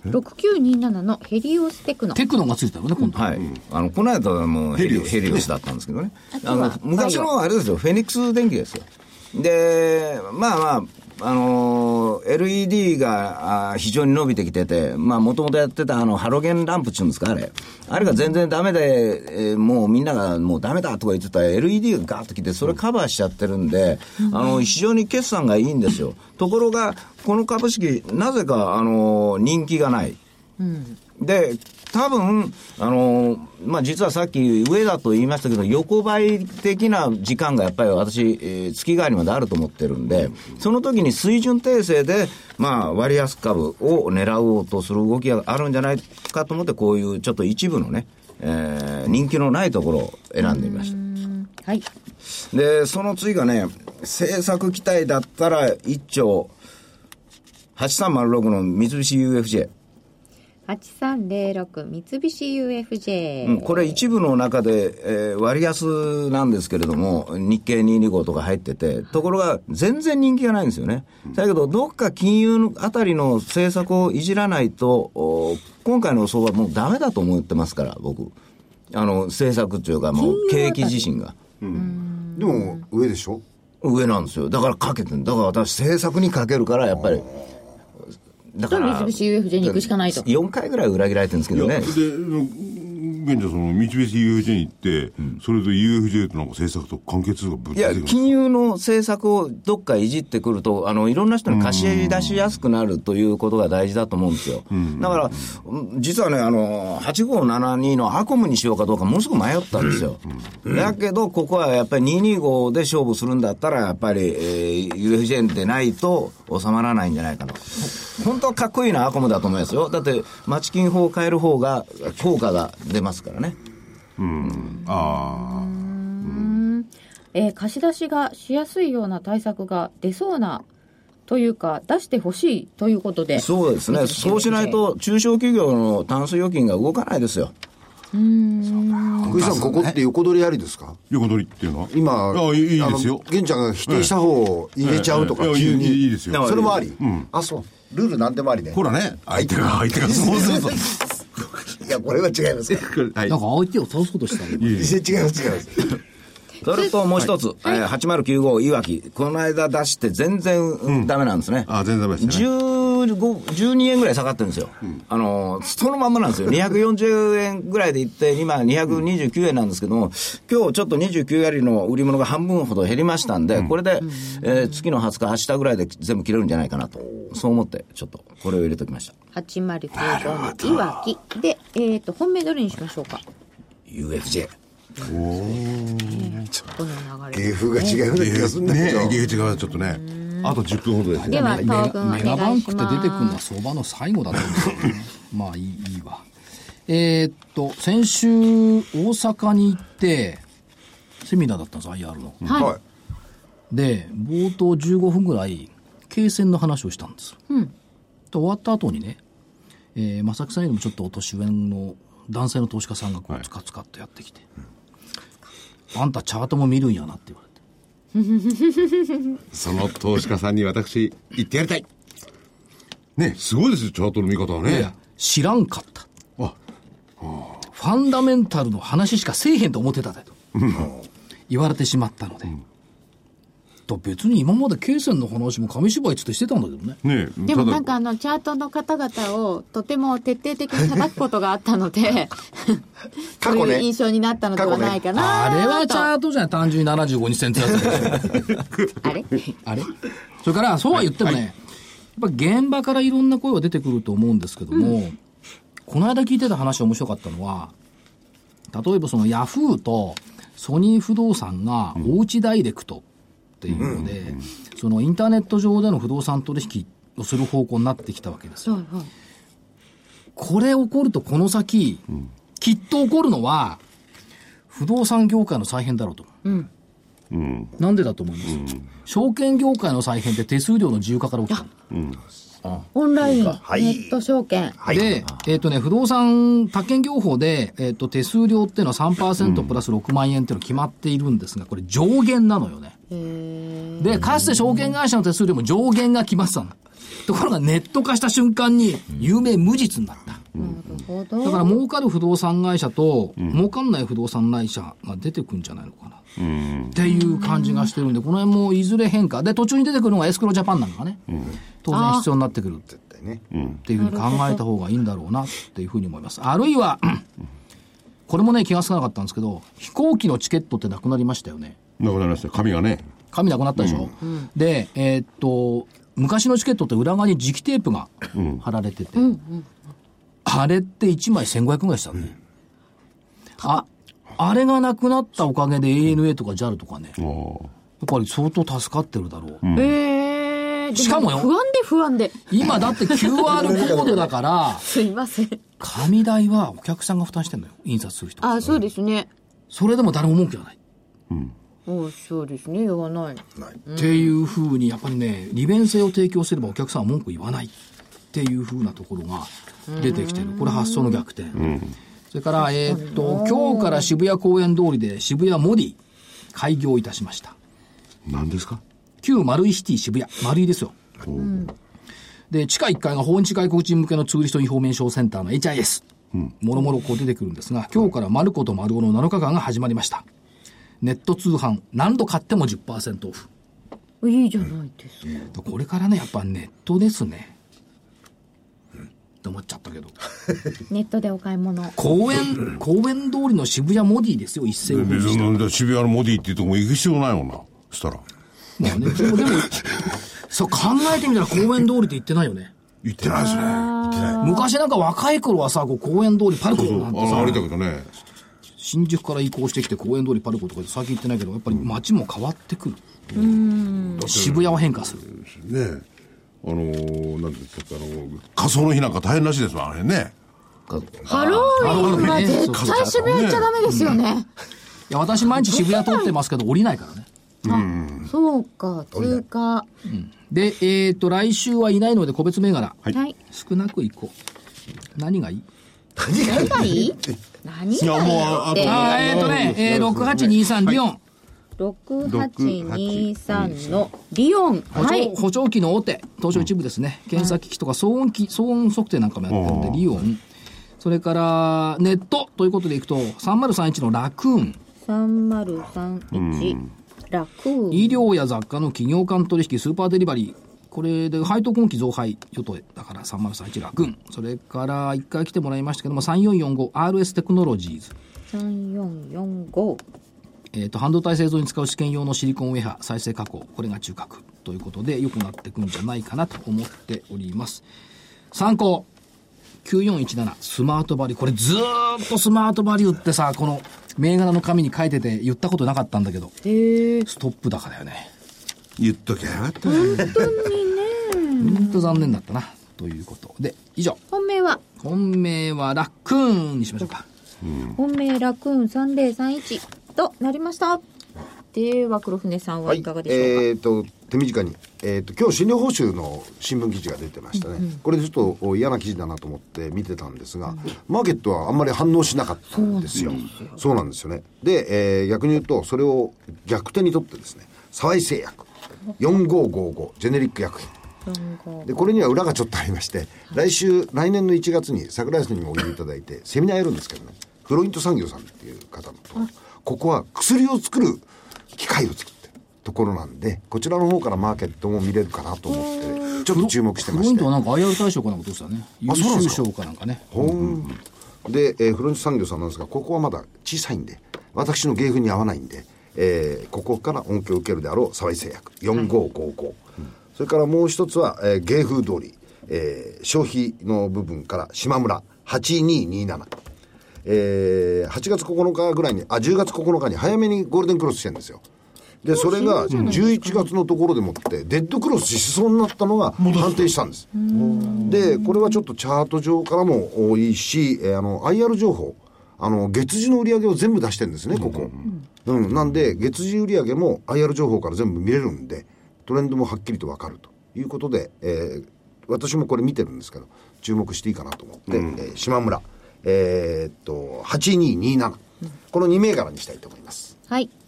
ろくきゅうにななのヘリオステクノ。 テクノがついてたよね、今度。 はい。あの、この間はもうヘリオス、ヘリオスだったんですけどね。あの、昔のあれですよ、フェニックス電機ですよ。で、まあまあ、あのー、エルイーディー があ非常に伸びてきてて、まあ、もともとやってたあの、ハロゲンランプっていうんですか、あれ。あれが全然ダメで、えー、もうみんながもうダメだとか言ってたら エルイーディー がガーッと来て、それカバーしちゃってるんで、うん、あの、非常に決算がいいんですよ。ところが、この株式、なぜか、あのー、人気がない。うん、で、多分、あのー、まあ、実はさっき上だと言いましたけど、横ばい的な時間がやっぱり私、えー、月替わりまであると思ってるんで、その時に水準訂正で、まあ、割安株を狙おうとする動きがあるんじゃないかと思って、こういうちょっと一部のね、えー、人気のないところを選んでみました。 はい。 で、その次がね、政策期待だったらいっちょうはちさんまるろくの三菱 ユーエフジェー。 はちさんぜろろく三菱 ユーエフジェー、 うん、これ一部の中で、えー、割安なんですけれども、日経にひゃくにじゅうごとか入ってて、ところが全然人気がないんですよね。だけどどっか金融のあたりの政策をいじらないと、今回の相場もうダメだと思ってますから、僕。あの政策っていうかもう景気自身が、 うん、でも上でしょ。 上なんですよ。だからかけてる。だから私政策にかけるからやっぱり。 だから三菱 ユーエフジェー に行くしかないと。 よんかいぐらい裏切られてるんですけどね。で、 現在その三菱 ユーエフジェー に行って、うん、それと ユーエフジェー となんか政策と関係するか、 いや、金融の政策をどっかいじってくると、あの、いろんな人に貸し出しやすくなるということが大事だと思うんですよ。だから、実はね、あの、はちごーななにのアコムにしようかどうかものすごく迷ったんですよ。だけど、ここはやっぱりにひゃくにじゅうごで勝負するんだったら、やっぱり、えー、ユーエフジェー でないと収まらないんじゃないかな。本当はかっこいいなアコムだと思いますよ。だって町金法を変える方が効果が出ますからね。 うん。ああ。うん。 えー、貸し出しがしやすいような対策が出そうなというか出してほしいということで。 そうですね。そうしないと中小企業のタンス預金が動かないですよ。 うーん。福井さん、ここって横取りありですか？ 横取りっていうのは今、 あいいですよ。 玄ちゃんが否定した方を入れちゃうとか、急に。 いいですよ。 それもあり。うん。あ、そう。ルールなんでもありね。 ほらね、相手が、相手がそうすると。 いや、これは違いますよ。 なんか相手を倒そうとしたの。 違います、違います。 それともう一つ、はい、はちまるきゅうごいわき、この間出して全然ダメなんですね。 うん、あ、全然ダメですね。 じゅうご、じゅうにえんぐらい下がってるんですよ。うん、あの、そのまんまなんですよ。にひゃくよんじゅうえんぐらいでいって、今にひゃくにじゅうきゅうえんなんですけども、今日ちょっとにじゅうきゅうやりの売り物が半分ほど減りましたんで、うん、これで、えー、月のはつか、明日ぐらいで全部切れるんじゃないかなと。そう思って、ちょっとこれを入れておきました。 はちまるきゅうごのいわきで、えっと、本命どれにしましょうか。 ユーエフジェー。 おー、この流れ、 芸風が違うような気がするんだけど、 ね、芸風がちょっとね、あとじゅっぷんほどですね。 では東軍お願いします。 メガバンクって出てくるのは相場の最後だと思うんですよね。まあいい、いいわ。えー、っと先週大阪に行ってセミナーだったんです、 アイアール の、 はい、 で冒頭じゅうごふんぐらい経線の話をしたんです、うん、終わった後にね、えー、正木さんよりもちょっとお年上の男性の投資家さんがこうつかつかっとやってきて、はい、あんたチャートも見るんやなって言われてその投資家さんに私言ってやりたいね。すごいですよ、チャートの見方はね。いや知らんかった。ああ、ファンダメンタルの話しかせえへんと思ってたでと言われてしまったので、うん、と別に今まで経線の話も紙芝居つってしてたんだけどね。 ねえ、 でもなんかあのチャートの方々をとても徹底的に叩くことがあったのでそういう印象になったのではないかな、ね、 あれはチャートじゃない、単純にななじゅうごにち線ってやつあれあれそれからそうは言ってもね、はいはい、やっぱ現場からいろんな声は出てくると思うんですけども、うん、この間聞いてた話面白かったのは、例えばそのヤフーとソニー不動産がおうちダイレクトっていうので、うんうん、そのインターネット上での不動産取引をする方向になってきたわけですよ、はいはい、これ起こるとこの先、うん、きっと起こるのは不動産業界の再編だろうと思う、うんうん、なんでだと思います、うん、証券業界の再編って手数料の自由化から起きたの、うん、 オンライン、はい、ネット証券、 はい、で、えっ、ー、とね、不動産宅建業法で、えっ、ー、と手数料っていうのは さんパーセント プラスろくまん円っていうのが決まっているんですが、これ上限なのよね。へでかつて証券会社の手数料も上限が決まってたの。 ところがネット化した瞬間に有名無実になった。 なるほど。 だから儲かる不動産会社と、うん、儲かんない不動産会社が出てくるんじゃないのかな、うん、っていう感じがしてるんで、この辺もいずれ変化で、途中に出てくるのがエスクロージャパンなんかがね、うん、当然必要になってくるってね、っていうふうに考えた方がいいんだろうなっていうふうに思います。あるいはこれもね気がつかなかったんですけど、飛行機のチケットってなくなりましたよね。 なくなりました。紙がね、 紙なくなったでしょ、うん、でえー、っと昔のチケットって裏側に磁気テープが貼られてて、うんうん、あれっていちまいせんごひゃくえんぐらいしたのね、うん、ああれがなくなったおかげで エーエヌエー とか ジャル とかね、やっぱり相当助かってるだろう、うん、 えー、 しかもよ、 不安で不安で今だって キューアール コードだからすいません、 紙代はお客さんが負担してんのよ、印刷する人。 あ、そうですね。 それでも誰も文句がない、 うん、おそうですね、言わない、 ない、うん、っていうふうにやっぱりね、利便性を提供すればお客さんは文句言わないっていうふうなところが出てきてる。これ発想の逆転、うん、それから、えー、っと今日から渋谷公園通りで渋谷モディ開業いたしました。 何ですか？ 旧マルイシティ渋谷、マルイですよ、うん、で地下いっかいが訪日外国人向けのツーリストインフォメーションセンターの エイチアイエス、うん、もろもろこう出てくるんですが、今日からマルコとマルオのなのかかんが始まりました。ネット通販何度買っても じゅっパーセント オフ。 いいじゃないですか。 これからね、やっぱネットですね、うん、と思っちゃったけどネットでお買い物、 公園公園通りの渋谷モディですよ、一斉に渋谷のモディっていうとこも行く必要ないもんな、したらまあね、でもでもそう考えてみたら公園通りって言ってないよね。 言ってないですね。言ってない。 昔なんか若い頃はさ、こう公園通りパルコなんてさ、 あれだけどね、 新宿から移行してきて公園通りパルコとか最近言ってないけど、やっぱり街も変わってくる、うん、渋谷は変化するね。あのー、なんですか、あのー、仮装の日なんか大変らしいですもん、あれね。 ハロウィンは絶対渋谷行っちゃダメですよね、うん、いや私毎日渋谷通ってますけど降りないからね。 あ、うん、そうか、通過、 うん、で、えっと来週はいないので個別銘柄、 はい、 少なくいこう。何がいい？ 何がいい？何がいい？いやもうあとあえっとね、えー、ろくはちにさんリオン、 ろくはちにさんのリオン、 補聴、はい、補聴器の大手東証一部ですね、うん、検査機器とか騒音機騒音測定なんかもやってるんでリオン、それからネットということでいくとさんまるさんいちのラクーン、 さんまるさんいち、うんラクーン、 医療や雑貨の企業間取引スーパーデリバリー、これで配当今期増配予定だからさんまるさんいちラクーン、それからいっかい来てもらいましたけどもさんよんよんご アールエス テクノロジーズ、 さんよんよんご、 えーと半導体製造に使う試験用のシリコンウェハ再生加工、これが中核ということで良くなっていくんじゃないかなと思っております。参考きゅうよんいちななスマートバリュー、これずーっとスマートバリューってさ、この銘柄の紙に書いてて言ったことなかったんだけど、 えー、 ストップ高だよね。 言っときゃよかったね。本当にね。本当残念だったなということで、以上。 本命は本命はラクーンにしましょうか。 うん、本命ラクーンさんぜろさんいちとなりました。では黒船さんはいかがでしょうか。 はい、えーと手短に、えー、と今日診療報酬の新聞記事が出てましたね、うんうん、これちょっと嫌な記事だなと思って見てたんですが、うん、マーケットはあんまり反応しなかったんですよ。そうなんですよね。で、えー、逆に言うとそれを逆手にとってですね、沢井製薬よんごーごーごジェネリック薬品で、これには裏がちょっとありまして、来週来年のいちがつに桜井さんにもお言いいただいてセミナーやるんですけどね、フロイント産業さんっていう方のとここは薬を作る機械を作ってるところなんで、こちらの方からマーケットも見れるかなと思ってちょっと注目してまして、フロイントはなんか アイアール 大賞かなんかどうしたね、優秀賞かなんかね。 ほんで、えー、フロイント産業さんなんですが、ここはまだ小さいんで私の芸風に合わないんで、えー、ここから恩恵を受けるであろう沢井製薬よんごーごーご、はい、それからもう一つは、えー、芸風通り、えー、消費の部分から島村はちにになな、えー、はちがつここのかぐらいにあじゅうがつここのかに早めにゴールデンクロスしてるんですよ。でそれがじゅういちがつのところでもってデッドクロスしそうになったのが判定したんです。でこれはちょっとチャート上からも多いし、えー、あの アイアール 情報、あの月次の売り上げを全部出してるんですねここ、うんうん、なんで月次売り上げも アイアール 情報から全部見れるんでトレンドもはっきりと分かるということで、えー、私もこれ見てるんですけど注目していいかなと思って、うんえー、島村、えー、っとはちにになな、うん、このに銘柄にしたいと思います。 はい、 はい、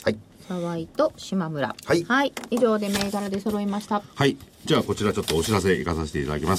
沢井と島村。 はい、 はい、以上で銘柄で揃いました。 はい。じゃあこちらちょっとお知らせいかさせていただきます。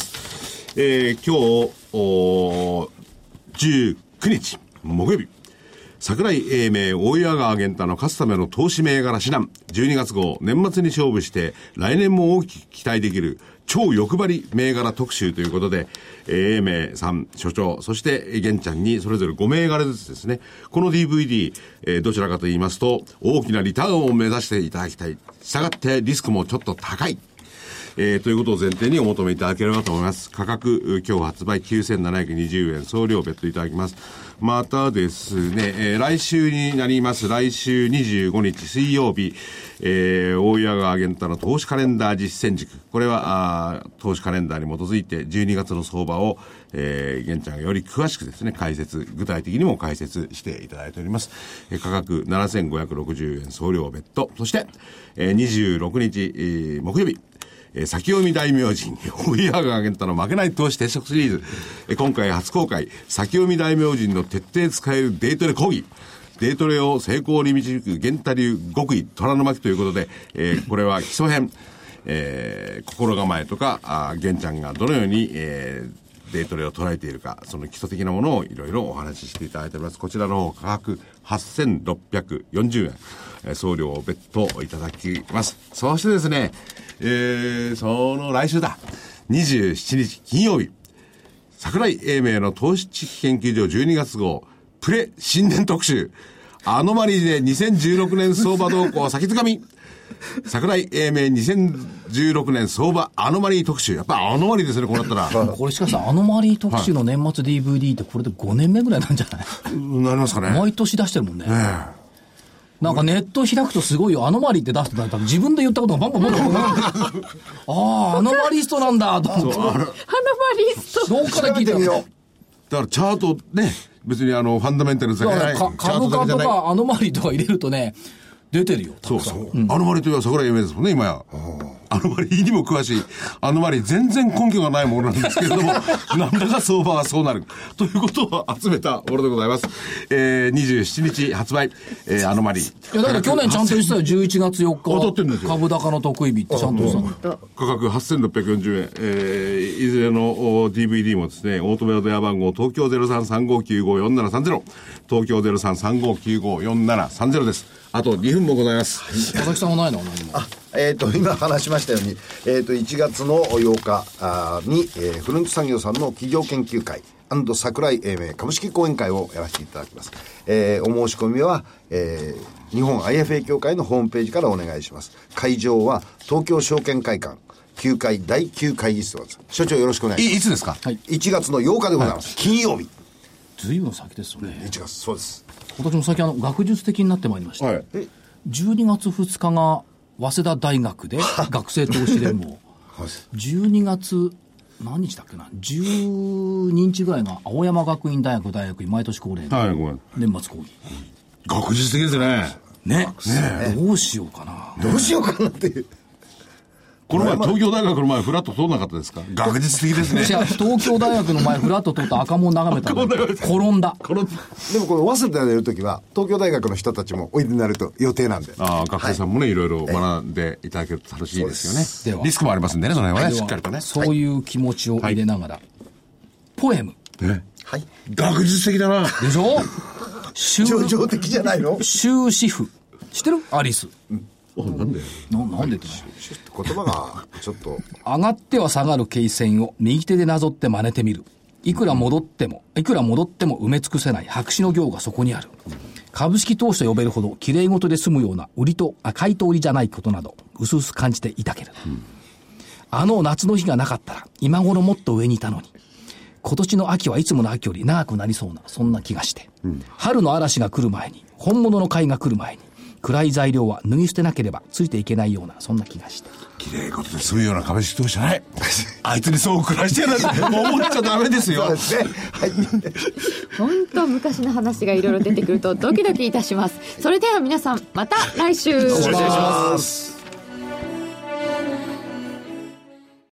えー、今日おじゅうくにち木曜日、桜井英明大岩川源太の勝つための投資銘柄指南じゅうにがつ号、年末に勝負して来年も大きく期待できる超欲張り銘柄特集ということで、英明さん所長、そして玄ちゃんにそれぞれご銘柄ずつですね、この ディーブイディー、えー、どちらかと言いますと大きなリターンを目指していただきたい、したがってリスクもちょっと高い、えー、ということを前提にお求めいただければと思います。価格今日発売きゅうせんななひゃくにじゅうえん、送料別途いただきます。またですね、えー、来週になります。来週にじゅうごにち水曜日、えー、大岩川源太の投資カレンダー実践塾、これはあ投資カレンダーに基づいてじゅうにがつの相場を、えー、玄ちゃんがより詳しくですね解説、具体的にも解説していただいております。えー、価格ななせんごひゃくろくじゅうえん、送料別途。そして、えー、にじゅうろくにち、えー、木曜日、えー、先読み大名人大岩川源太の負けない投資鉄則シリーズ、えー、今回初公開、先読み大名人の徹底使えるデートレ講義、デートレを成功に導く源太流極意虎の巻ということで、えー、これは基礎編、えー、心構えとかあ源ちゃんがどのように、えー、デートレを捉えているか、その基礎的なものをいろいろお話ししていただいております。こちらの価格はっせんろっぴゃくよんじゅうえん、送料を別途いただきます。そしてですね、えー、その来週だ、にじゅうしちにち金曜日、桜井英明の投資知識研究所じゅうにがつ号プレ新年特集、アノマリーでにせんじゅうろくねん相場動向先掴み、桜井英明にせんじゅうろくねん相場アノマリー特集。やっぱアノマリーですね、こうなったら。 これしかしアノマリー特集の年末 ディーブイディー ってこれでごねんめぐらいなんじゃない？ なりますかね。 毎年出してるもんね。 ええ、 なんかネット開くとすごいよ、アノマリーって出すと多分自分で言ったことがバンバンバンバンバンああ、アノマリストなんだと思って。アノマリスト。 どっから聞いてみよう。 だからチャートね、別にあのファンダメンタルズだけじゃない、 株価とかアノマリーとか入れるとね、出てるよ。 そうそう。うん、アノマリといえば桜井英明ですもんね、今や。アノマリにも詳しい。アノマリ全然根拠がないものなんですけれども、なんだか相場はそうなる。ということを集めたものでございます。えー、にじゅうしちにち発売、えー、アノマリ。いや、だから去年ちゃんと言ってたよ、じゅういちがつよっか。 当たってるんですよ。 株高の得意日ってちゃんと言ってた。 価格はっせんろっぴゃくよんじゅうえん。えー、いずれの ディーブイディー もですね、オートメの電話番号、東京 ゼロさんさんごきゅうごよんななさんゼロ、東京 ゼロさんさんごきゅうごよんななさんゼロ です。あとにふんもございます。 佐々木さんはないの？ あ、えっ、ー、と、今話しましたように、えっ、ー、と、いちがつのようかに、えー、フルンツ産業さんの企業研究会&桜井英明株式講演会をやらせていただきます。えー、お申し込みは、えー、日本 アイエフエー 協会のホームページからお願いします。会場は東京証券会館きゅうかいだいきゅう会議室です。所長よろしくお願いします。 い, いつですか？ はい、 いちがつのようかでございます。はい、金曜日。 ずいぶん先ですよね。 いちがつ、そうです。 今年も先あの学術的になってまいりました。はい、じゅうにがつふつかが早稲田大学で学生投資連合じゅうにがつ何日だっけな、じゅうににちぐらいが青山学院大学大学院毎年恒例の年末講義、 学術的ですね。 ね、ね、どうしようかな、 どうしようかなっていう。 この前東京大学の前フラット通んなかったですか？学術的ですね。 東京大学の前フラット通った赤門眺めたら転んだ。 でもこの早稲田でやるときは東京大学の人たちもおいでになると予定なんで。 ああ、学生さんもね、はい、いろいろ学んでいただけると楽しいですよね。リスクもありますんでね、その辺はね、しっかりとね。 そういう気持ちを入れながら、はい、ポエム、 ね、はい、学術的だな。 でしょ。 上場的じゃないの？ 終止符知ってる？アリス。うん、 なんでななんでって言葉がちょっと上がっては下がる経線を右手でなぞって真似てみる。いくら戻ってもいくら戻っても埋め尽くせない白紙の行がそこにある。株式投資と呼べるほどきれい事で済むような売りとあ買いと売りじゃないことなど薄々感じていたけれど、うん、あの夏の日がなかったら今頃もっと上にいたのに、今年の秋はいつもの秋より長くなりそうな、そんな気がして、うん、春の嵐が来る前に、本物の買いが来る前に、暗い材料は脱ぎ捨てなければついていけないような、そんな気がして。 きれいことで済むような株式投資じゃない。あいつにそう暮らしてやらないと思っちゃダメですよ。そうですね。 はい。本当昔の話がいろいろ出てくるとドキドキいたします。それでは皆さんまた来週。 お願いします。